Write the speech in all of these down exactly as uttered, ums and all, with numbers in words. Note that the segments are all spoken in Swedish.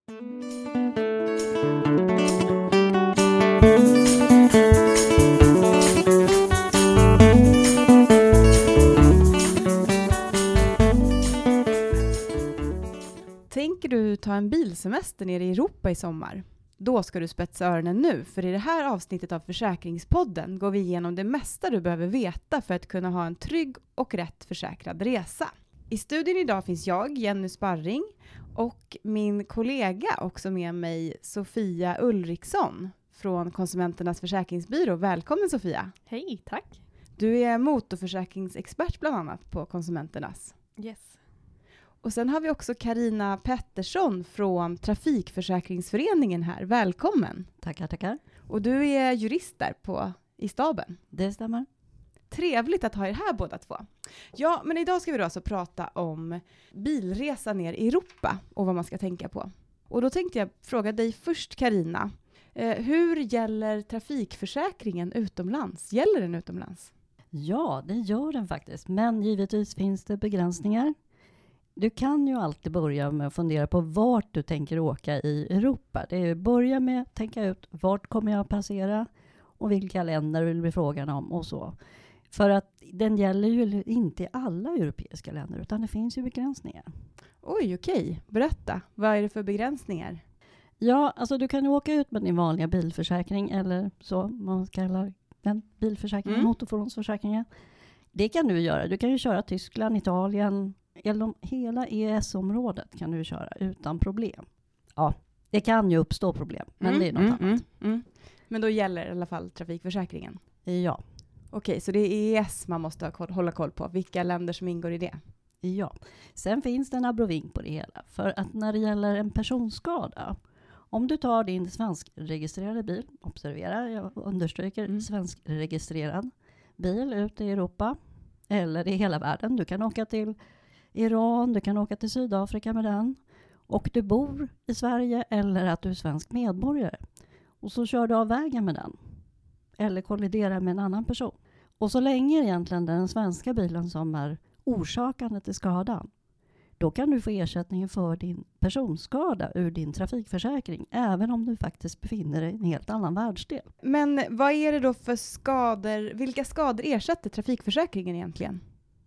Tänker du ta en bilsemester nere i Europa i sommar? Då ska du spetsa öronen nu, för i det här avsnittet av Försäkringspodden går vi igenom det mesta du behöver veta för att kunna ha en trygg och rätt försäkrad resa. I studion idag finns jag, Jenny Sparring, och min kollega också med mig, Sofia Ulriksson från Konsumenternas försäkringsbyrå. Välkommen Sofia! Hej, tack! Du är motorförsäkringsexpert bland annat på Konsumenternas. Yes. Och sen har vi också Carina Pettersson från Trafikförsäkringsföreningen här. Välkommen! Tackar, tackar. Och du är jurist där på, i staben. Det stämmer. Trevligt att ha er här båda två. Ja, men idag ska vi då alltså prata om bilresa ner i Europa och vad man ska tänka på. Och då tänkte jag fråga dig först, Carina. Eh, hur gäller trafikförsäkringen utomlands? Gäller den utomlands? Ja, det gör den faktiskt. Men givetvis finns det begränsningar. Du kan ju alltid börja med att fundera på vart du tänker åka i Europa. Det är att börja med att tänka ut vart kommer jag att passera och vilka länder vill bli frågan om och så. För att den gäller ju inte i alla europeiska länder utan det finns ju begränsningar. Oj, okej. Berätta. Vad är det för begränsningar? Ja, alltså du kan ju åka ut med din vanliga bilförsäkring eller så man kallar den bilförsäkringen, Mm. motorfordonsförsäkringen. Det kan du göra. Du kan ju köra Tyskland, Italien eller hela E E S-området kan du köra utan problem. Ja, det kan ju uppstå problem, men Mm, det är något mm, annat. mm, mm. Men då gäller i alla fall trafikförsäkringen? Ja, Okej, så det är E E S man måste ha koll, hålla koll på. Vilka länder som ingår i det? ja. Sen finns det en abrovink på det hela. För att när det gäller en personskada, om du tar din svenskregistrerade bil, observera, jag understryker Mm. svenskregistrerad bil ut i Europa eller i hela världen. Du kan åka till Iran, du kan åka till Sydafrika med den. Och du bor i Sverige eller att du är svensk medborgare. Och så kör du av vägen med den. Eller kolliderar med en annan person. Och så länge egentligen den svenska bilen som är orsakande till skadan. Då kan du få ersättning för din personskada ur din trafikförsäkring. Även om du faktiskt befinner dig i en helt annan världsdel. Men vad är det då för skador? Vilka skador ersätter trafikförsäkringen egentligen?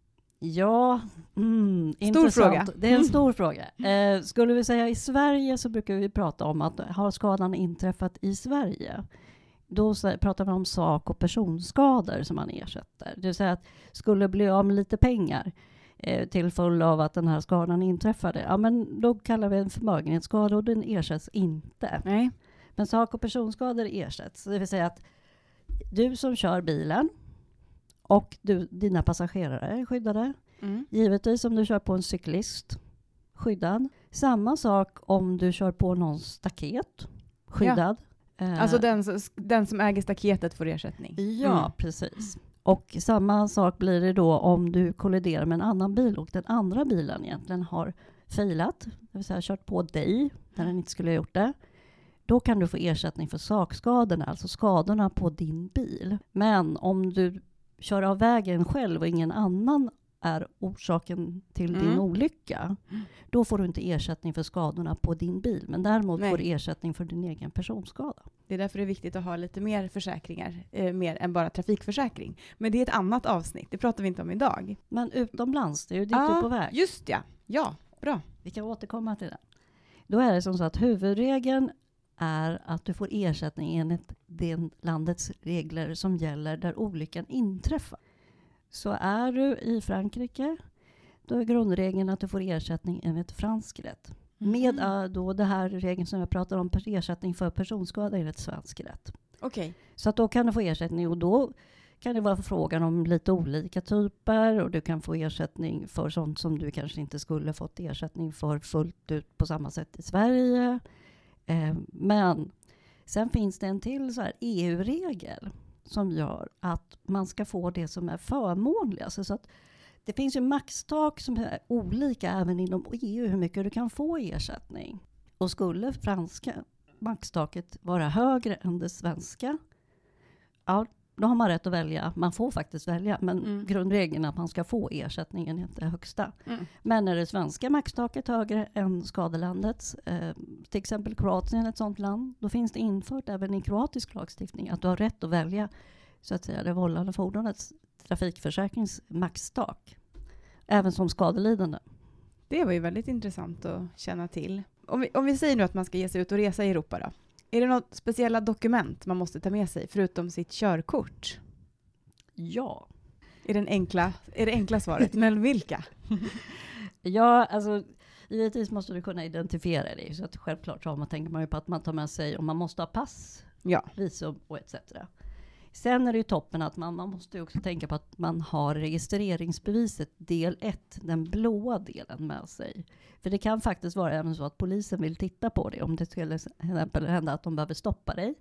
Ja, mm, Stor intressant. fråga. Det är en stor fråga. Eh, skulle vi säga i Sverige så brukar vi prata om att har skadan inträffat i Sverige. Då så, pratar vi om sak- och personskador som man ersätter. Det vill säga att skulle bli av med lite pengar eh, till följd av att den här skadan inträffade. Ja, men då kallar vi en förmögenhetsskada och den ersätts inte. Nej. Men sak- och personskador ersätts. Det vill säga att du som kör bilen och du, dina passagerare är skyddade. Mm. Givetvis om du kör på en cyklist, skyddad. Samma sak om du kör på någon staket, skyddad. Eh, Alltså den, den som äger staketet får ersättning? Ja, Mm. precis. Och samma sak blir det då om du kolliderar med en annan bil och den andra bilen egentligen har failat, det vill säga kört på dig när den inte skulle ha gjort det. Då kan du få ersättning för sakskadorna, alltså skadorna på din bil. Men om du kör av vägen själv och ingen annan är orsaken till Mm. din olycka, då får du inte ersättning för skadorna på din bil. Men däremot Nej. får du ersättning för din egen personskada. Det är därför det är viktigt att ha lite mer försäkringar, eh, mer än bara trafikförsäkring. Men det är ett annat avsnitt, det pratar vi inte om idag. Men utomlands, det är ju dit du Ja, är på väg. just ja. Ja, bra. Vi kan återkomma till det. Då är det som så att huvudregeln är att du får ersättning enligt det landets regler som gäller där olyckan inträffar. Så är du i Frankrike, då är grundregeln att du får ersättning enligt fransk rätt. Med äh, då det här regeln som jag pratar om, ersättning för personskada enligt svensk rätt. Okej. Så att då kan du få ersättning och då kan det vara frågan om lite olika typer och du kan få ersättning för sånt som du kanske inte skulle fått ersättning för fullt ut på samma sätt i Sverige. Eh, men sen finns det en till så här E U-regel som gör att man ska få det som är förmånligast. Så att det finns ju maxtak som är olika även inom E U hur mycket du kan få ersättning. Och skulle franska maxtaket vara högre än det svenska, ja, då har man rätt att välja. Man får faktiskt välja, men Mm. grundregeln är att man ska få ersättningen, inte högsta. Mm. Men är det svenska maxtaket högre än skadelandets, eh, till exempel Kroatien ett sådant land, då finns det infört även i kroatisk lagstiftning att du har rätt att välja så att säga det vållande fordonets trafikförsäkrings maxtak, även som skadelidande. Det var ju väldigt intressant att känna till. Om vi, om vi säger nu att man ska ge sig ut och resa i Europa då. Är det något speciella dokument man måste ta med sig förutom sitt körkort? Ja. Är det, en enkla, är det enkla svaret? Men vilka? Ja, alltså givetvis måste du kunna identifiera dig. Så att självklart så har man, tänker man ju på att man tar med sig, om man måste ha pass, Ja. visum och et cetera. Sen är det ju toppen att man, man måste ju också tänka på att man har registreringsbeviset del ett, den blåa delen med sig. För det kan faktiskt vara även så att polisen vill titta på det. Om det skulle exempel hända att de behöver stoppa dig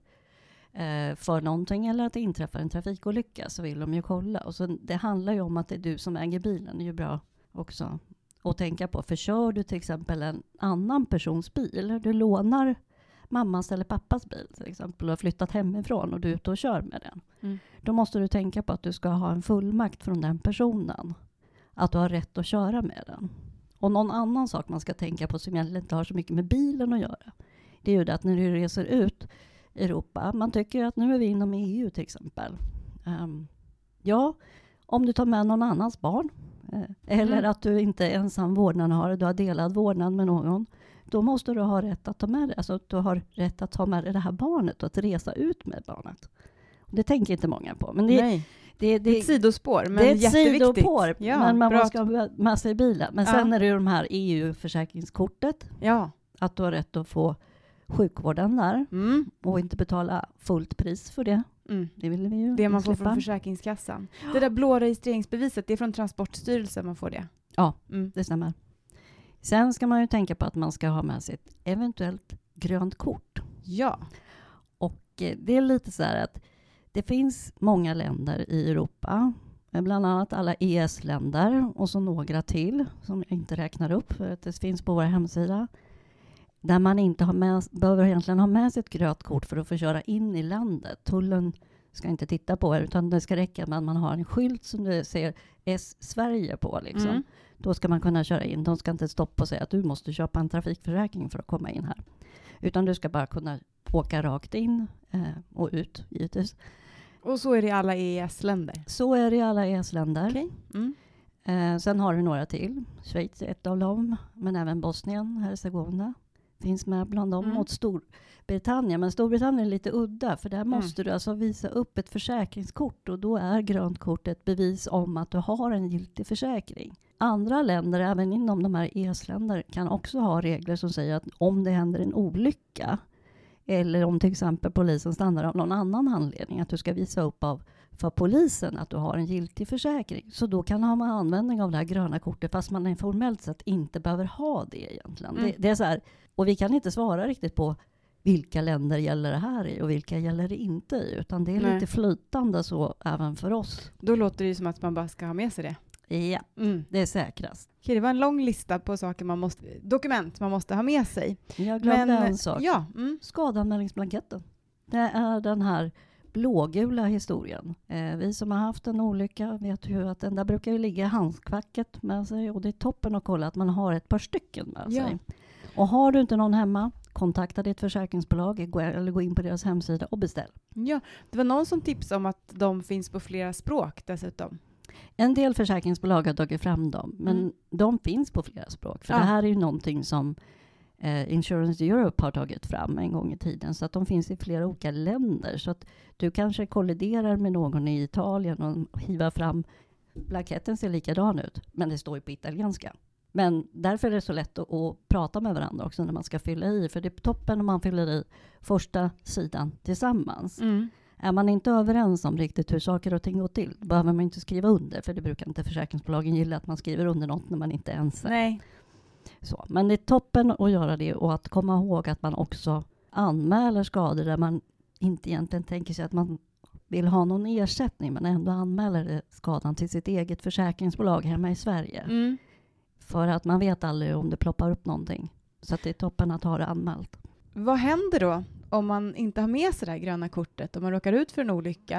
eh, för någonting eller att det inträffar en trafikolycka, så vill de ju kolla. Och så det handlar ju om att det är du som äger bilen. Det är ju bra också att tänka på. För kör du till exempel en annan persons bil, du lånar mammas eller pappas bil till exempel och har flyttat hemifrån och du är ute och kör med den. Mm. Då måste du tänka på att du ska ha en fullmakt från den personen. Att du har rätt att köra med den. Och någon annan sak man ska tänka på som egentligen inte har så mycket med bilen att göra. Det är ju det att när du reser ut i Europa. Man tycker att nu är vi inom E U till exempel. Um, ja, om du tar med någon annans barn. Eh, eller Mm. att du inte är ensam vårdnadshavare. Du har delad vårdnad med någon. Då måste du ha rätt att ta med det. Alltså att du har rätt att ta med det här barnet och att resa ut med barnet. Och det tänker inte många på. Men det, Nej. det, Det är ett sidospår, men det är ett jätteviktigt. sidospår, Ja, men man bra. ska ha med sig bilen. Men Ja. sen är det ju de här E U-försäkringskortet. Ja. Att du har rätt att få sjukvården där Mm. och inte betala fullt pris för det. Mm. Det vill vi ju Det man får slippa. från Försäkringskassan. Det där blå registreringsbeviset, det är från Transportstyrelsen man får det. Ja. Mm. Det stämmer. Sen ska man ju tänka på att man ska ha med sig ett eventuellt grönt kort. Ja. Och eh, det är lite så här att det finns många länder i Europa, eh, bland annat alla E E S-länder och så några till som jag inte räknar upp för att det finns på vår hemsida, där man inte har med, behöver egentligen ha med sig ett grönt kort för att få köra in i landet. Tullen ska inte titta på er, utan det ska räcka med att man har en skylt som det ser S-Sverige på. Liksom. Mm. Då ska man kunna köra in. De ska inte stoppa och säga att du måste köpa en trafikförsäkring för att komma in här. Utan du ska bara kunna åka rakt in eh, och ut givetvis. Och så är det i alla E E S-länder. Så är det i alla E E S-länder. Okej. Mm. Eh, sen har du några till. Schweiz är ett av dem. Men även Bosnien, Herzegovina finns med bland dem. Mm. Mot Storbritannien. Men Storbritannien är lite udda. För där måste du alltså visa upp ett försäkringskort. Och då är grönt kort ett bevis om att du har en giltig försäkring. Andra länder, även inom de här E E S-länder, kan också ha regler som säger att om det händer en olycka. Eller om till exempel polisen stannar av någon annan anledning. Att du ska visa upp av för polisen att du har en giltig försäkring. Så då kan man ha användning av det här gröna kortet fast man formellt sett inte behöver ha det egentligen. Mm. Det, det är så här, och vi kan inte svara riktigt på vilka länder gäller det här i och vilka gäller det inte i. Utan det är Nej. lite flytande så även för oss. Då låter det ju som att man bara ska ha med sig det. Ja, Mm. det är säkrast. Okej, det var en lång lista på saker man måste, dokument man måste ha med sig. Jag glömde Men, en sak. Ja. Mm. Skadanmälningsblanketten. Det är den här blågula historien. Eh, vi som har haft en olycka vet ju att den där brukar ju ligga i handskfacket med sig. Och det är toppen att kolla att man har ett par stycken med Ja. sig. Och har du inte någon hemma, kontakta ditt försäkringsbolag gå, eller gå in på deras hemsida och beställ. Ja, det var någon som tipsade om att de finns på flera språk dessutom. En del försäkringsbolag har tagit fram dem, men Mm. de finns på flera språk. För Ja. det här är ju någonting som eh, Insurance Europe har tagit fram en gång i tiden. Så att de finns i flera olika länder. Så att du kanske kolliderar med någon i Italien och hivar fram. Blanketten ser likadan ut, men det står ju på italienska. Men därför är det så lätt att, att prata med varandra också när man ska fylla i. För det är toppen om man fyller i första sidan tillsammans. Mm. Är man inte överens om riktigt hur saker och ting går till, då behöver man inte skriva under. För det brukar inte försäkringsbolagen gilla att man skriver under något när man inte är ense. Nej. Så. Men det är toppen att göra det och att komma ihåg att man också anmäler skador där man inte egentligen tänker sig att man vill ha någon ersättning men ändå anmäler skadan till sitt eget försäkringsbolag hemma i Sverige. Mm. För att man vet aldrig om det ploppar upp någonting. Så att det är toppen att ha det anmält. Vad händer då om man inte har med sig det här gröna kortet? Om man råkar ut för en olycka,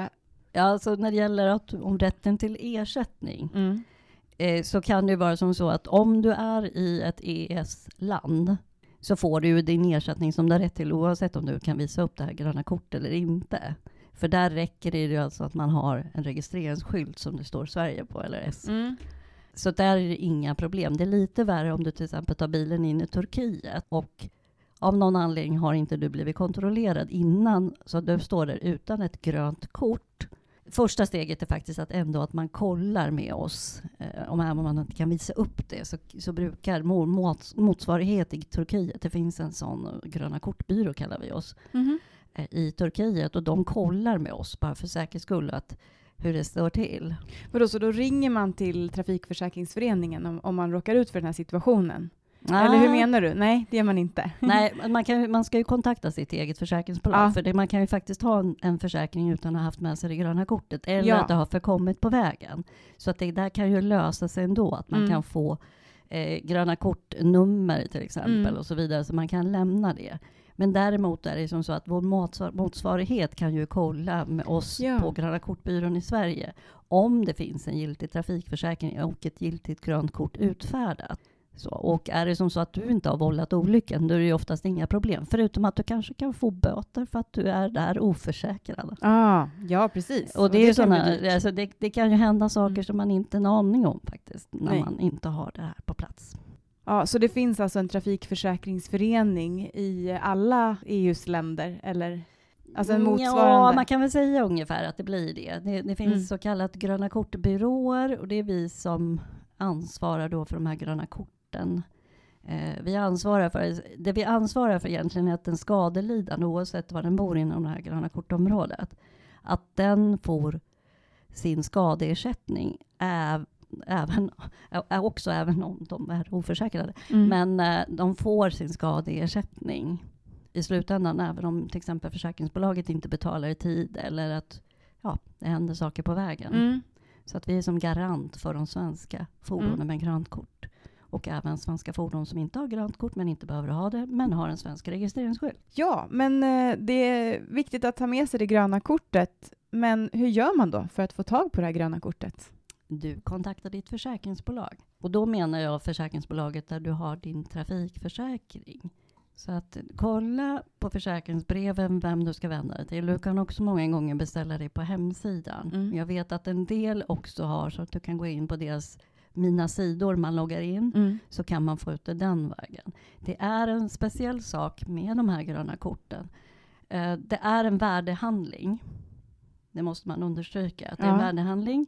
Ja, alltså när det gäller att, om rätten till ersättning Mm. eh, så kan det ju vara som så att om du är i ett E E S-land så får du ju din ersättning som du har rätt till oavsett om du kan visa upp det här gröna kort eller inte. För där räcker det ju alltså att man har en registreringsskylt som det står Sverige på eller S. Mm. Så där är det inga problem. Det är lite värre om du till exempel tar bilen in i Turkiet och av någon anledning har inte du blivit kontrollerad innan så du står där utan ett grönt kort. Första steget är faktiskt att ändå att man kollar med oss. Eh, om man inte kan visa upp det så, så brukar mot, motsvarighet i Turkiet, det finns en sån gröna kortbyrå kallar vi oss, Mm. eh, i Turkiet och de kollar med oss bara för säkerhets skull att hur det står till. Vadå, så då ringer man till Trafikförsäkringsföreningen om, om man råkar ut för den här situationen? Ah. Eller hur menar du? Nej, det gör man inte. Nej, man, kan, man ska ju kontakta sitt eget försäkringsbolag. Ja. För det, man kan ju faktiskt ha en, en försäkring utan att ha haft med sig det gröna kortet. Eller Ja. att det har förkommit på vägen. Så att det där kan ju lösa sig ändå. Att man Mm. kan få eh, gröna kortnummer till exempel Mm. och så vidare. Så man kan lämna det. Men däremot är det som så att vår motsvar- motsvarighet kan ju kolla med oss Ja. på gröna kortbyrån i Sverige. Om det finns en giltig trafikförsäkring och ett giltigt grönt kort utfärdat. Så, och är det som så att du inte har vållat olyckan, då är det ju oftast inga problem. Förutom att du kanske kan få böter för att du är där oförsäkrad. Ah, ja, precis. Och det, är ju kan bli såna, dyrt. alltså det, det kan ju hända saker Mm. som man inte har en aning om faktiskt. När Nej. man inte har det här på plats. Ja, så det finns alltså en trafikförsäkringsförening i alla E U:s länder? Eller alltså en motsvarande? Ja, man kan väl säga ungefär att det blir det. Det, det finns Mm. så kallat gröna kortbyråer och det är vi som ansvarar då för de här gröna korten. Eh, vi ansvarar för, det vi ansvarar för egentligen är att den skadelidande, oavsett var den bor inom det här gröna kortområdet, att den får sin skadeersättning äv, även, äh, också även om de är oförsäkrade. Mm. Men eh, de får sin skadeersättning i slutändan, även om till exempel försäkringsbolaget inte betalar i tid eller att ja, det händer saker på vägen. Mm. Så att vi är som garant för de svenska fordonen Mm. med grönt kort. Och även svenska fordon som inte har grönt kort men inte behöver ha det, men har en svensk registreringsskylt. Ja, men eh, det är viktigt att ta med sig det gröna kortet. Men hur gör man då för att få tag på det här gröna kortet? Du kontaktar ditt försäkringsbolag. Och då menar jag försäkringsbolaget där du har din trafikförsäkring. Så att kolla på försäkringsbreven vem du ska vända dig till. Du kan också många gånger beställa det på hemsidan. Mm. Jag vet att en del också har så att du kan gå in på deras mina sidor man loggar in. Mm. Så kan man få ut det den vägen. Det är en speciell sak med de här gröna korten. Eh, det är en värdehandling. Det måste man understryka. Att det är en Ja. värdehandling.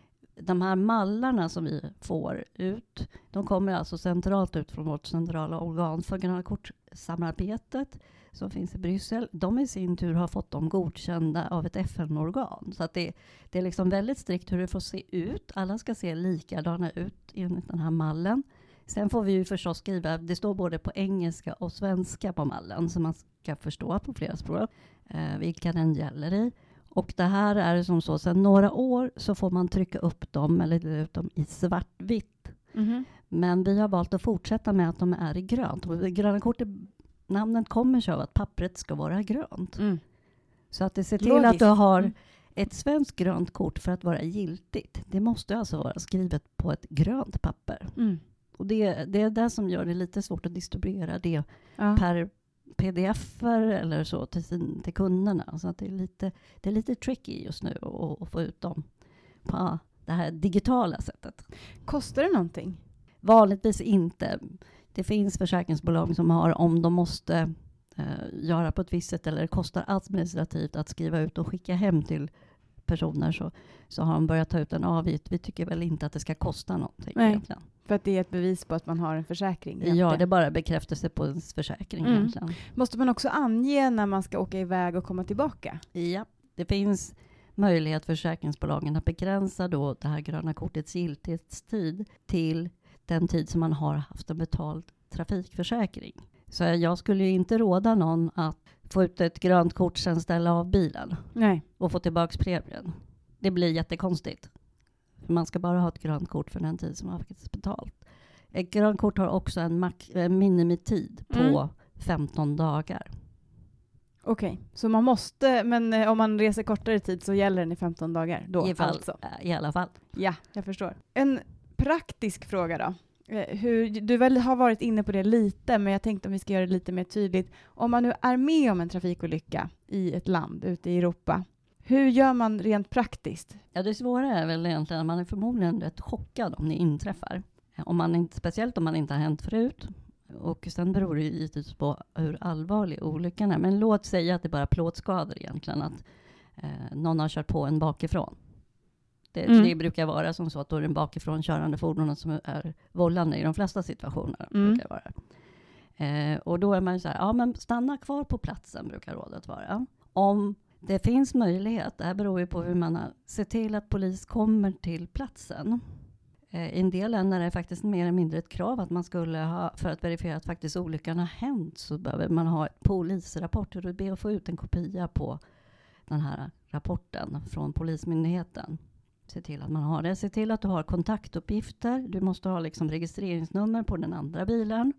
De här mallarna som vi får ut, de kommer alltså centralt ut från vårt centrala organ för gröna kortsamarbetet som finns i Bryssel. De i sin tur har fått dem godkända av ett F N-organ. Så att det, det är liksom väldigt strikt hur det får se ut. Alla ska se likadana ut enligt den här mallen. Sen får vi ju förstås skriva, det står både på engelska och svenska på mallen så man ska förstå på flera språk eh, vilka den gäller i. Och det här är det som så, sedan några år så får man trycka upp dem eller dela ut dem i svartvitt. Mhm. Men vi har valt att fortsätta med att de är i grönt. Och det gröna kortet, namnet kommer sig av att pappret ska vara grönt. Mm. Så att det ser till Logiskt. att du har Mm. ett svenskt grönt kort för att vara giltigt. Det måste alltså vara skrivet på ett grönt papper. Mm. Och det, det är det som gör det lite svårt att distribuera det Ja. per pdf-er eller så till, sin, till kunderna. Så att det är lite, det är lite tricky just nu att, att få ut dem på det här digitala sättet. Kostar det någonting? Vanligtvis inte. Det finns försäkringsbolag som har, om de måste eh, göra på ett visst sätt eller det kostar administrativt att skriva ut och skicka hem till personer så, så har de börjat ta ut en avgift. Vi tycker väl inte att det ska kosta någonting Nej. egentligen. För att det är ett bevis på att man har en försäkring? Ja, jämte. det är bara bekräftelse på ens försäkring Mm. egentligen. Måste man också ange när man ska åka iväg och komma tillbaka? Ja, det finns möjlighet för försäkringsbolagen att begränsa då det här gröna kortets giltighetstid till den tid som man har haft en betald trafikförsäkring. Så jag skulle ju inte råda någon att få ut ett grönt kort sen ställa av bilen Nej. och få tillbaka premien. Det blir jättekonstigt. För man ska bara ha ett grönt kort för den tid som man har faktiskt betalt. Ett grönt kort har också en, max- en minimitid på Mm. femton dagar. Okej, okay. Så man måste, men eh, om man reser kortare tid så gäller den i femton dagar då? I, fall, alltså. I alla fall. Ja, jag förstår. En praktisk fråga då. Hur, du väl har varit inne på det lite, men jag tänkte om vi ska göra det lite mer tydligt. Om man nu är med om en trafikolycka i ett land ute i Europa, hur gör man rent praktiskt? Ja, det svåra är väl egentligen att man är förmodligen rätt chockad om det inträffar. Om man inte, speciellt om man inte har hänt förut. Och sen beror det givetvis på hur allvarlig olyckan är. Men låt säga att det är bara plåtskador egentligen. Att eh, någon har kört på en bakifrån. Det, mm. det brukar vara som så att då är det en bakifrån körande fordonet som är vållande i de flesta situationer. Mm. Brukar vara. Eh, och då är man ju så här, ja men stanna kvar på platsen brukar rådet vara. Om det finns möjlighet, det här beror ju på hur man har, se till att polis kommer till platsen. Eh, I en del länder är det faktiskt mer eller mindre ett krav att man skulle ha, för att verifiera att faktiskt olyckan har hänt så behöver man ha ett polisrapport. Och du ber att få ut en kopia på den här rapporten från polismyndigheten. Se till att man har det. Se till att du har kontaktuppgifter. Du måste ha liksom registreringsnummer på den andra bilen.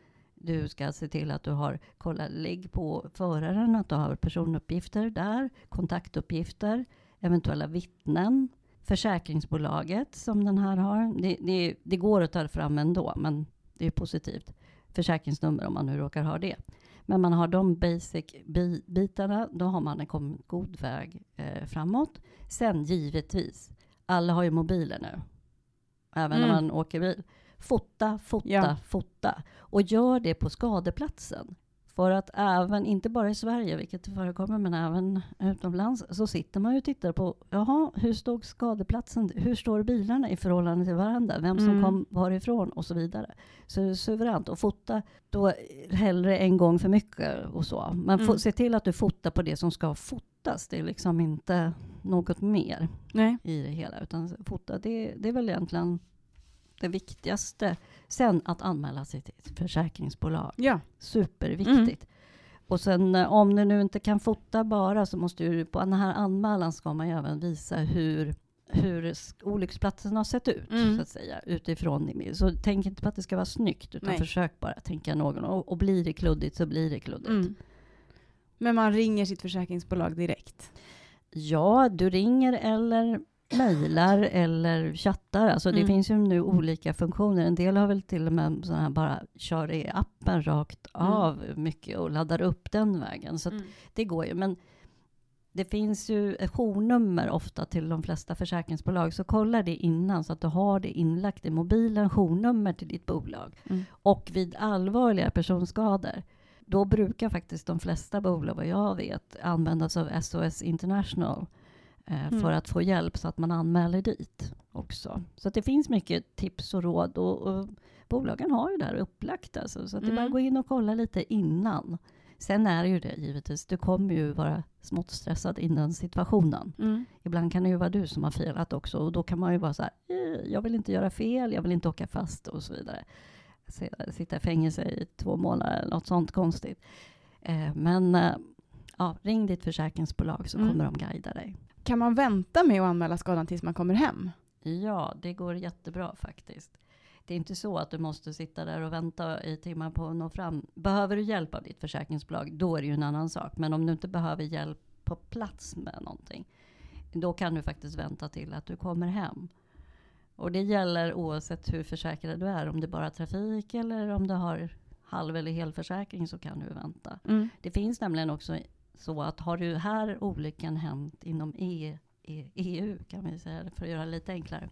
Du ska se till att du har kolla lägg på föraren, att du har personuppgifter där, kontaktuppgifter, eventuella vittnen, försäkringsbolaget som den här har. Det, det, det går att ta fram ändå, men det är positivt. Försäkringsnummer om man nu råkar ha det. Men man har de basic bi- bitarna, då har man kommit god väg eh, framåt. Sen givetvis, alla har ju mobiler nu. Även mm. när man åker bil. Fota, fota, ja. fota. Och gör det på skadeplatsen. För att även, inte bara i Sverige, vilket förekommer, men även utomlands, så sitter man ju och tittar på, jaha, hur stod skadeplatsen, hur står bilarna i förhållande till varandra, vem som mm. kom varifrån och så vidare. Så det är suveränt att fota då hellre en gång för mycket och så. Men mm. se till att du fotar på det som ska fotas, det är liksom inte något mer Nej. i det hela, utan fota, det, det är väl egentligen det viktigaste. Sen att anmäla sig till ett försäkringsbolag. Ja. Superviktigt. Mm. Och sen om du nu inte kan fota bara så måste du på den här anmälan ska man ju även visa hur, hur olycksplatsen har sett ut. Mm. Så att säga, utifrån. Så tänk inte på att det ska vara snyggt utan Nej. försök bara tänka någon. Och, och blir det kluddigt så blir det kluddigt. Mm. Men man ringer sitt försäkringsbolag direkt? Ja, du ringer eller mejlar eller chattar. Alltså mm. det finns ju nu olika funktioner. En del har väl till och med sådana här bara kör i appen rakt mm. av mycket och laddar upp den vägen. Så mm. det går ju. Men det finns ju ett journummer ofta till de flesta försäkringsbolag. Så kolla det innan så att du har det inlagt i mobilen. Journummer till ditt bolag. Mm. Och vid allvarliga personskador då brukar faktiskt de flesta bolag, vad jag vet, användas av S O S International. Mm. För att få hjälp så att man anmäler dit också. Så att det finns mycket tips och råd. Och, och bolagen har ju det här upplagt. Alltså, så att mm. det bara gå in och kolla lite innan. Sen är det ju det givetvis. Du kommer ju vara smått stressad innan situationen. Mm. Ibland kan det ju vara du som har felat också. Och då kan man ju vara så här. Jag vill inte göra fel. Jag vill inte åka fast och så vidare. Sitta i fängelse i två månader eller något sånt konstigt. Men ja, ring ditt försäkringsbolag så mm. kommer de guida dig. Kan man vänta med att anmäla skadan tills man kommer hem? Ja, det går jättebra faktiskt. Det är inte så att du måste sitta där och vänta i timmar på att nå fram. Behöver du hjälp av ditt försäkringsbolag, då är det ju en annan sak. Men om du inte behöver hjälp på plats med någonting, då kan du faktiskt vänta till att du kommer hem. Och det gäller oavsett hur försäkrad du är. Om det bara är trafik eller om du har halv- eller helförsäkring så kan du vänta. Mm. Det finns nämligen också så att har du här olyckan hänt inom E U kan vi säga för att göra det lite enklare.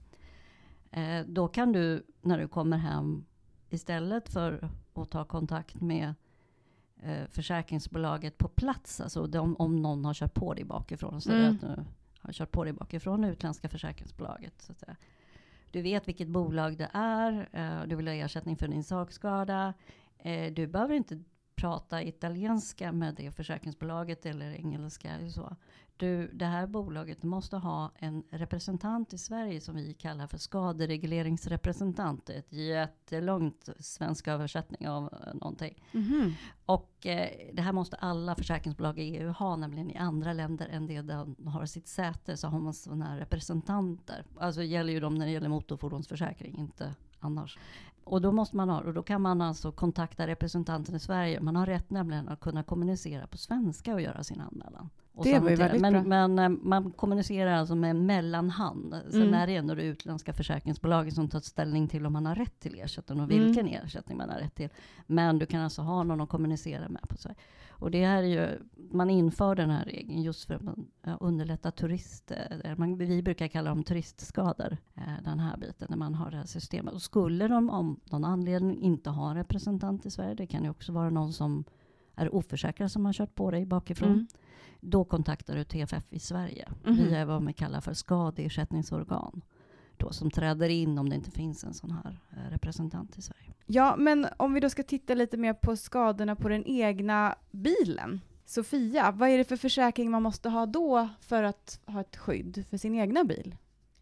Eh, då kan du när du kommer hem istället för att ta kontakt med eh, försäkringsbolaget på plats. Alltså de, om någon har kört på dig bakifrån. Så mm. att du har kört på dig bakifrån utländska försäkringsbolaget. Så att säga. Du vet vilket bolag det är. Eh, du vill ha ersättning för din sakskada. Eh, du behöver inte prata italienska med det försäkringsbolaget eller engelska. Så. Du, det här bolaget måste ha en representant i Sverige som vi kallar för skaderegleringsrepresentant. Ett jättelångt svensk översättning av någonting. Mm-hmm. Och eh, det här måste alla försäkringsbolag i E U ha, nämligen i andra länder än det där de har sitt säte så har man sådana här representanter. Alltså gäller ju de när det gäller motorfordonsförsäkring, inte annars. Och då måste man ha, och då kan man alltså kontakta representanten i Sverige. Man har rätt nämligen att kunna kommunicera på svenska och göra sin anmälan. Och det var ju väldigt men, bra. Men eh, man kommunicerar alltså med mellanhand. Sen Mm. är det ändå det utländska försäkringsbolaget som tar ställning till om man har rätt till ersättning och Mm. vilken ersättning man har rätt till. Men du kan alltså ha någon att kommunicera med på sig. Och det här är ju, man inför den här regeln just för att man, ja, underlätta turister. Man, vi brukar kalla dem turistskador, eh, den här biten, när man har det här systemet. Och skulle de om någon anledning inte ha en representant i Sverige, det kan ju också vara någon som är oförsäkrad som har kört på dig bakifrån. Mm. Då kontaktar du T F F i Sverige. Mhm. Vi är vad man kallar för skadeersättningsorgan. Då, som träder in om det inte finns en sån här eh, representant i Sverige. Ja, men om vi då ska titta lite mer på skadorna på den egna bilen. Sofia, vad är det för försäkring man måste ha då för att ha ett skydd för sin egna bil?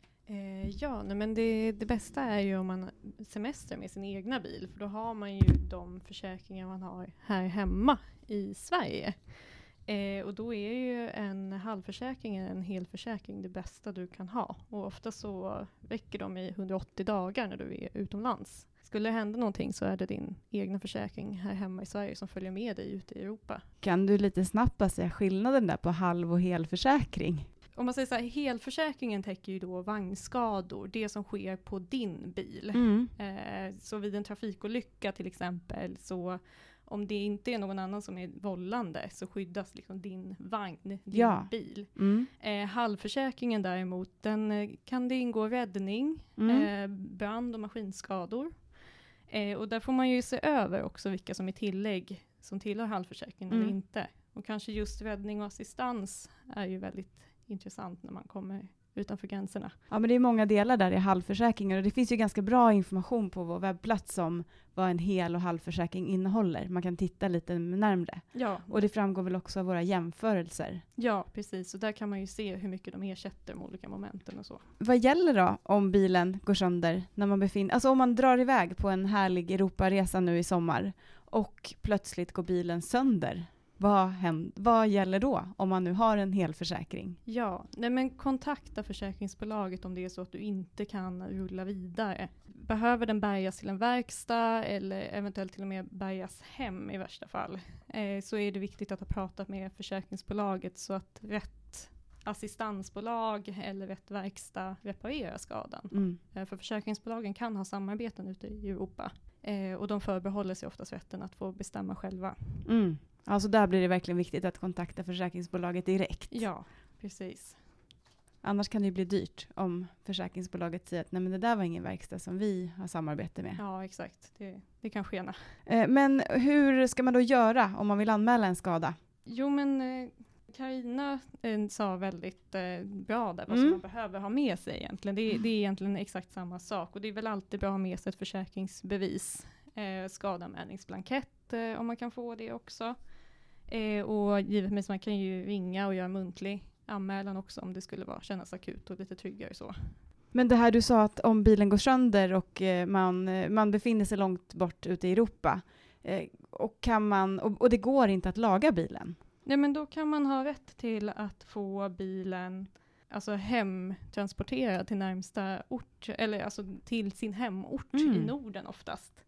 Eh, ja, nej, men det, det bästa är ju om man semestrar med sin egna bil. För då har man ju de försäkringar man har här hemma i Sverige. Eh, och då är ju en halvförsäkring eller en helförsäkring det bästa du kan ha. Och ofta så räcker de i hundraåttio dagar när du är utomlands. Skulle det hända någonting så är det din egna försäkring här hemma i Sverige som följer med dig ute i Europa. Kan du lite snabbt bara säga skillnaden där på halv- och helförsäkring? Om man säger så här, helförsäkringen täcker ju då vagnskador, det som sker på din bil. Mm. Eh, så vid en trafikolycka till exempel, så om det inte är någon annan som är vållande så skyddas liksom din vagn, din Ja. bil. Mm. Eh, halvförsäkringen däremot, den eh, kan det ingå räddning, Mm. eh, brand och maskinskador. Eh, och där får man ju se över också vilka som är tillägg som tillhör halvförsäkringen Mm. eller inte. Och kanske just räddning och assistans är ju väldigt intressant när man kommer utanför gränserna. Ja, men det är många delar där i halvförsäkringen och det finns ju ganska bra information på vår webbplats om vad en hel- och halvförsäkring innehåller. Man kan titta lite närmare. Ja, Och det framgår väl också av våra jämförelser. ja, precis. Och där kan man ju se hur mycket de ersätter de olika momenten och så. Vad gäller då om bilen går sönder när man befinner, alltså om man drar iväg på en härlig Europaresa nu i sommar och plötsligt går bilen sönder? Vad, händer, vad gäller då om man nu har en hel försäkring? Ja, nej men kontakta försäkringsbolaget om det är så att du inte kan rulla vidare. Behöver den bärgas till en verkstad eller eventuellt till och med bärgas hem i värsta fall, eh, så är det viktigt att ha pratat med försäkringsbolaget så att rätt assistansbolag eller rätt verkstad reparerar skadan. Mm. Eh, för försäkringsbolagen kan ha samarbeten ute i Europa eh, och de förbehåller sig oftast rätten att få bestämma själva. Mm. Alltså där blir det verkligen viktigt att kontakta försäkringsbolaget direkt. Ja, precis. Annars kan det ju bli dyrt om försäkringsbolaget säger att nej, men det där var ingen verkstad som vi har samarbete med. Ja, exakt. Det, det kan skena. Eh, men hur ska man då göra om man vill anmäla en skada? Jo, men eh, Carina eh, sa väldigt eh, bra där vad Mm. som man behöver ha med sig egentligen. Det, det är egentligen exakt samma sak. Och det är väl alltid bra att ha med sig ett försäkringsbevis. Eh, skadanmälningsblankett eh, om man kan få det också. Eh, och givetvis man kan ju ringa och göra muntlig anmälan också om det skulle vara, kännas akut och lite tryggare så. Men det här du sa att om bilen går sönder och eh, man, eh, man befinner sig långt bort ute i Europa eh, och, kan man, och, och det går inte att laga bilen. Ja, men då kan man ha rätt till att få bilen alltså hemtransporterad till närmsta ort, eller alltså till sin hemort Mm. i Norden oftast.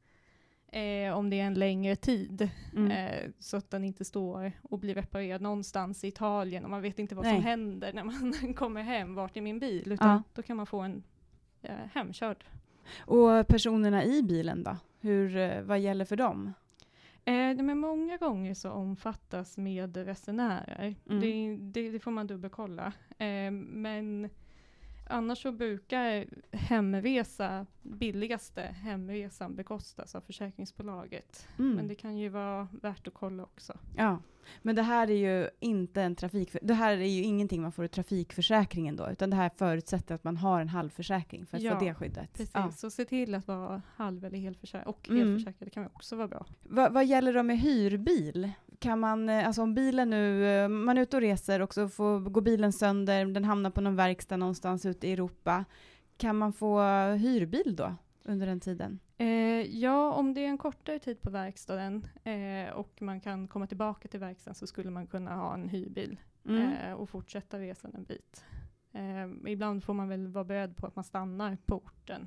Eh, om det är en längre tid. Mm. Eh, så att den inte står och blir reparerad någonstans i Italien och man vet inte vad Nej. som händer när man kommer hem, vart är min bil? Utan Ja. då kan man få en eh, hemkörd. Och personerna i bilen då? Hur, eh, vad gäller för dem? Eh, men många gånger så omfattas med resenärer. Mm. Det, det, det får man dubbelkolla. Eh, men annars så brukar hemresa, billigaste hemresan bekostas av försäkringsbolaget. Mm. Men det kan ju vara värt att kolla också. Ja, men det här är ju inte en trafik, det här är ju ingenting man får i trafikförsäkringen då, utan det här förutsätter att man har en halvförsäkring för att Ja, få det skyddet. Precis, Ja. så se till att vara halv- eller helförsäkrad. Och Mm. helförsäkrad, det kan ju också vara bra. Va, vad gäller då med hyrbil? Kan man, eh, alltså om bilen nu, eh, man är ute och reser och så får, går bilen sönder, den hamnar på någon verkstad någonstans ute i Europa. Kan man få hyrbil då under den tiden? Eh, ja, om det är en kortare tid på verkstaden eh, och man kan komma tillbaka till verkstaden så skulle man kunna ha en hyrbil Mm. eh, och fortsätta resan en bit. Eh, ibland får man väl vara beredd på att man stannar på orten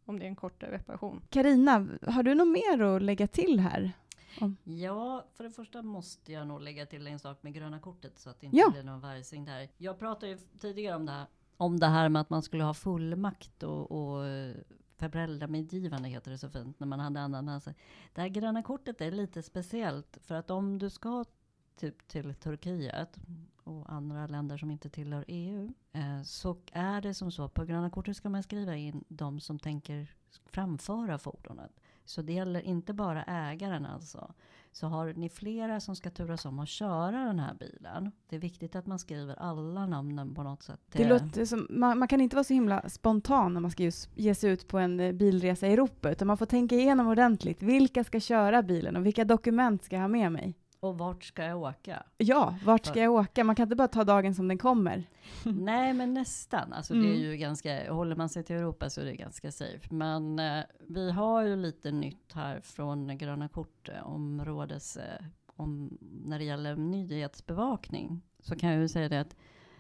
om det är en kortare reparation. Carina, har du något mer att lägga till här? Om. Ja, för det första måste jag nog lägga till en sak med gröna kortet så att det inte Ja. blir någon vargsing där. Jag pratade ju tidigare om det här, om det här med att man skulle ha fullmakt och, och föräldramedgivande heter det så fint när man hade annan med sig. Det här gröna kortet är lite speciellt för att om du ska typ till Turkiet och andra länder som inte tillhör E U eh, så är det som så på gröna kortet ska man skriva in de som tänker framföra fordonet. Så det gäller inte bara ägaren alltså. Så har ni flera som ska turas om att köra den här bilen. Det är viktigt att man skriver alla namnen på något sätt. Det låter som, man, man kan inte vara så himla spontan när man ska just ge sig ut på en eh, bilresa i Europa. Utan man får tänka igenom ordentligt. Vilka ska köra bilen och vilka dokument ska jag ha med mig? Och vart ska jag åka? Ja, vart ska jag åka? Man kan inte bara ta dagen som den kommer. Nej, men nästan. Alltså Mm. det är ju ganska, håller man sig till Europa så är det ganska safe. Men eh, vi har ju lite nytt här från gröna kortområdes eh, om, när det gäller nyhetsbevakning. Så kan jag ju säga det att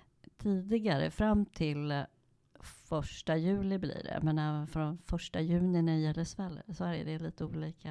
tidigare fram till eh, första juli blir det. Men även från första juni när det gäller Sverige, Sverige det är lite olika.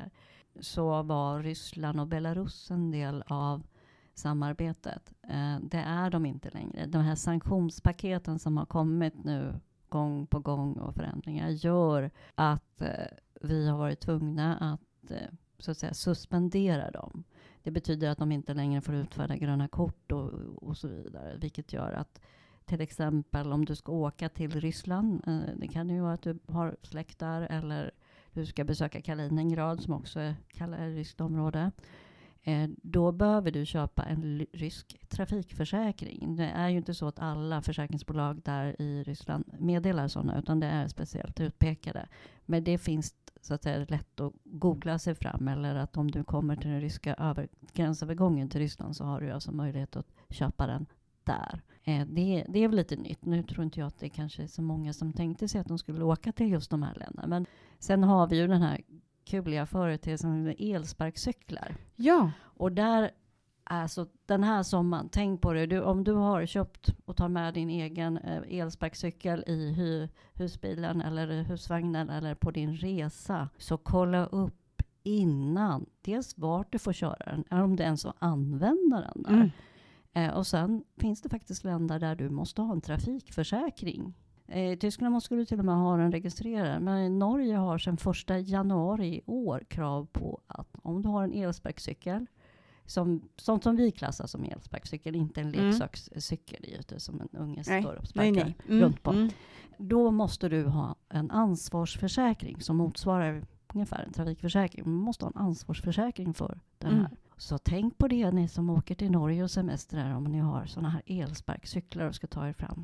Så var Ryssland och Belarus en del av samarbetet. Eh, det är de inte längre. De här sanktionspaketen som har kommit nu gång på gång och förändringar gör att eh, vi har varit tvungna att, eh, så att säga, suspendera dem. Det betyder att de inte längre får utfärda gröna kort och, och så vidare. Vilket gör att till exempel om du ska åka till Ryssland, eh, det kan ju vara att du har släkt där eller du ska besöka Kaliningrad som också är ett ryskt område. Eh, då behöver du köpa en l- rysk trafikförsäkring. Det är ju inte så att alla försäkringsbolag där i Ryssland meddelar sådana utan det är speciellt utpekade. Men det finns så att säga lätt att googla sig fram eller att om du kommer till den ryska över- gränsövergången till Ryssland så har du alltså möjlighet att köpa den där. Eh, det, det är väl lite nytt. Nu tror inte jag att det kanske är så många som tänkte sig att de skulle åka till just de här länderna. Men sen har vi ju den här kuliga företeelsen med elsparkcyklar. Ja. Och där, alltså den här sommaren, tänk på det. Du, om du har köpt och tar med din egen eh, elsparkcykel i hu, husbilen eller husvagnen eller på din resa. Så kolla upp innan. Dels vart du får köra den. Om du ens får använda den där. Mm. Eh, och sen finns det faktiskt länder där du måste ha en trafikförsäkring. Eh, I Tyskland måste du till och med ha den registrerad. Men Norge har sedan första januari i år krav på att om du har en elsparkcykel, som, sånt som vi klassar som elsparkcykel, inte en Mm. leksakscykel i ute som en unge Nej. står och Nej, sparkar nej. Mm. runt på. Mm. Då måste du ha en ansvarsförsäkring som motsvarar ungefär en trafikförsäkring. Man måste ha en ansvarsförsäkring för den Mm. här. Så tänk på det ni som åker till Norge och semestrar om ni har såna här elsparkcyklar och ska ta er fram.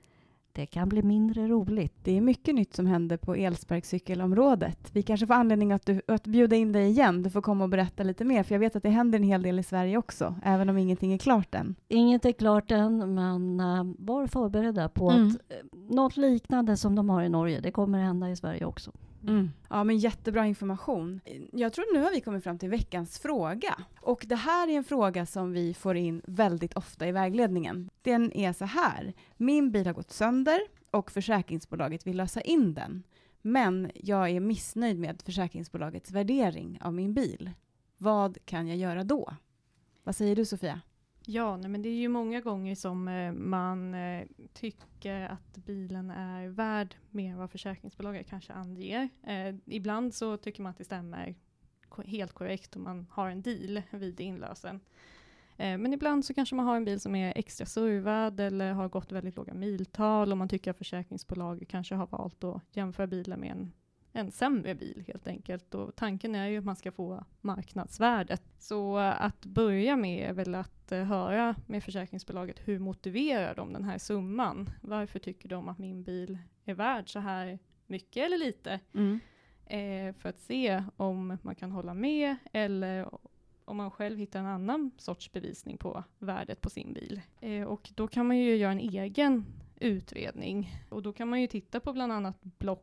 Det kan bli mindre roligt. Det är mycket nytt som händer på elsparkcykelområdet. Vi kanske får anledning att, du, att bjuda in dig igen. Du får komma och berätta lite mer. För jag vet att det händer en hel del i Sverige också. Även om ingenting är klart än. Inget är klart än, men uh, var förberedda på Mm. att uh, något liknande som de har i Norge, det kommer hända i Sverige också. Mm. Ja, men jättebra information. Jag tror nu har vi kommit fram till veckans fråga. Och det här är en fråga som vi får in väldigt ofta i vägledningen. Den är så här. Min bil har gått sönder och försäkringsbolaget vill lösa in den. Men jag är missnöjd med försäkringsbolagets värdering av min bil. Vad kan jag göra då? Vad säger du, Sofia? Ja, nej, men det är ju många gånger som eh, man eh, tycker att bilen är värd mer än vad försäkringsbolaget kanske anger. Eh, ibland så tycker man att det stämmer ko- helt korrekt om man har en deal vid inlösen. Eh, men ibland så kanske man har en bil som är extra servad eller har gått väldigt låga miltal och man tycker att försäkringsbolaget kanske har valt att jämföra bilen med en en sämre bil helt enkelt. Och tanken är ju att man ska få marknadsvärdet. Så att börja med är väl att uh, höra med försäkringsbolaget hur motiverar de den här summan? Varför tycker de att min bil är värd så här mycket eller lite? Mm. Eh, för att se om man kan hålla med eller om man själv hittar en annan sorts bevisning på värdet på sin bil. Eh, och då kan man ju göra en egen utredning. Och då kan man ju titta på bland annat Blocket,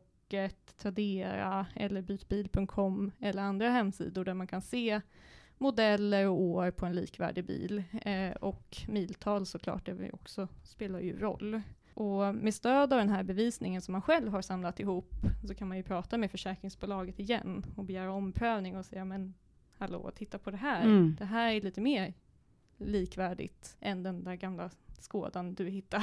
Tradera eller bytbil punkt com eller andra hemsidor där man kan se modeller och år på en likvärdig bil. Eh, och miltal såklart, det också spelar ju roll. Och med stöd av den här bevisningen som man själv har samlat ihop så kan man ju prata med försäkringsbolaget igen och begära omprövning och säga men hallå, titta på det här. Mm. Det här är lite mer likvärdigt än den där gamla skådan du hittade.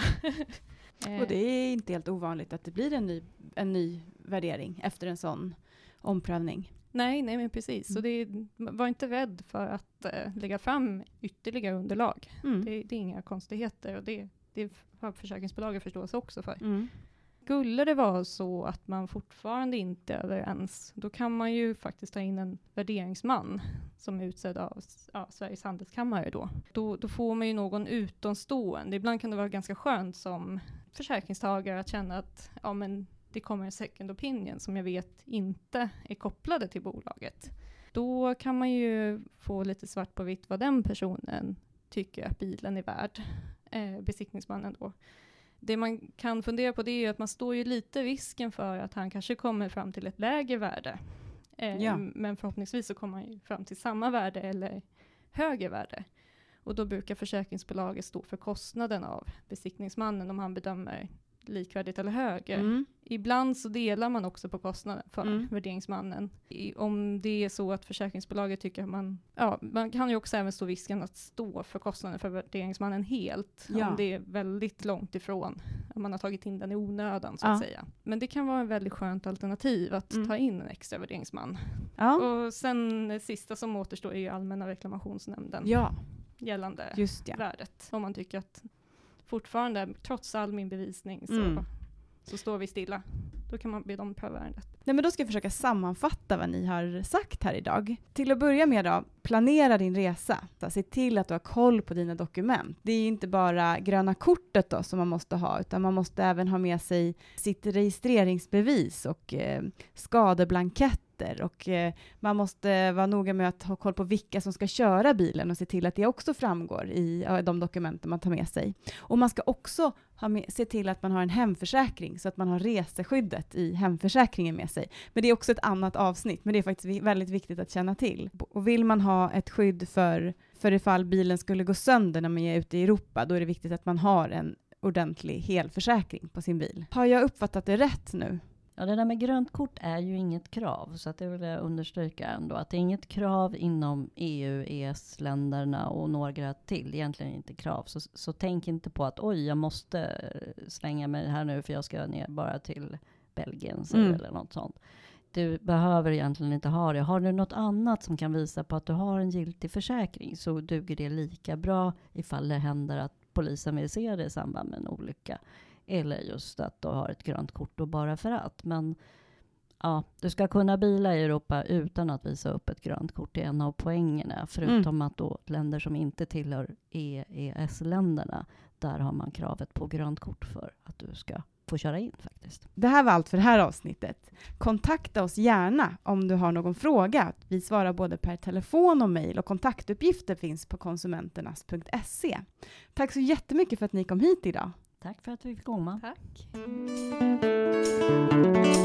Och det är inte helt ovanligt att det blir en ny, en ny värdering efter en sån omprövning. Nej, nej men precis. Mm. Så det, var inte rädd för att uh, lägga fram ytterligare underlag. Mm. Det, det är inga konstigheter och det, det har försäkringsbolaget förståelse också för. Mm. Skulle det vara så att man fortfarande inte är överens, då kan man ju faktiskt ta in en värderingsman som är utsedd av ja, Sveriges handelskammare då. då. Då får man ju någon utomstående. Ibland kan det vara ganska skönt som försäkringstagare att känna att ja, men det kommer en second opinion som jag vet inte är kopplade till bolaget. Då kan man ju få lite svart på vitt vad den personen tycker att bilen är värd. Eh, besiktningsmannen då. Det man kan fundera på det är ju att man står ju lite risken för att han kanske kommer fram till ett lägre värde. Eh, Ja. Men förhoppningsvis så kommer han ju fram till samma värde eller högre värde. Och då brukar försäkringsbolaget stå för kostnaden av besiktningsmannen om han bedömer likvärdigt eller högre. Mm. Ibland så delar man också på kostnaden för Mm. värderingsmannen. I, om det är så att försäkringsbolaget tycker att man... Ja, man kan ju också även stå risken att stå för kostnaden för värderingsmannen helt. Ja. Om det är väldigt långt ifrån. Om man har tagit in den i onödan så Ja. att säga. Men det kan vara en väldigt skönt alternativ att Mm. ta in en extra värderingsman. Ja. Och sen det sista som återstår är ju allmänna reklamationsnämnden. ja, Gällande just ja. värdet. Om man tycker att fortfarande, trots all min bevisning, så, Mm. så står vi stilla. Då kan man be dem pröva ärendet. Nej, men då ska jag försöka sammanfatta vad ni har sagt här idag. Till att börja med då, planera din resa. Så, se till att du har koll på dina dokument. Det är ju inte bara gröna kortet då som man måste ha, utan man måste även ha med sig sitt registreringsbevis och eh, skadeblanketter. Och eh, man måste vara noga med att ha koll på vilka som ska köra bilen och se till att det också framgår i ja, de dokumenten man tar med sig. Och man ska också ha med, se till att man har en hemförsäkring så att man har reseskyddet i hemförsäkringen med sig. Men det är också ett annat avsnitt, men det är faktiskt väldigt viktigt att känna till. Och vill man ha ett skydd för, för ifall bilen skulle gå sönder när man är ute i Europa, då är det viktigt att man har en ordentlig helförsäkring på sin bil. Har jag uppfattat det rätt nu? Ja, det där med grönt kort är ju inget krav, så att det vill jag understryka ändå. Att det är inget krav inom E U, E S-länderna och några till. Egentligen inte krav. Så, så tänk inte på att oj, jag måste slänga mig här nu för jag ska ner bara till Belgien mm. eller något sånt. Du behöver egentligen inte ha det. Har du något annat som kan visa på att du har en giltig försäkring så duger det lika bra ifall det händer att polisen vill se det i samband med en olycka. Eller just att du har ett grönt kort och bara för att. Men ja, du ska kunna bila i Europa utan att visa upp ett grönt kort. Det är en av poängerna. Förutom mm. att då länder som inte tillhör E E S-länderna, där har man kravet på grönt kort för att du ska få köra in faktiskt. Det här var allt för det här avsnittet. Kontakta oss gärna om du har någon fråga. Vi svarar både per telefon och mejl och kontaktuppgifter finns på konsumenternas punkt se. Tack så jättemycket för att ni kom hit idag. Tack för att vi fick komma. Tack.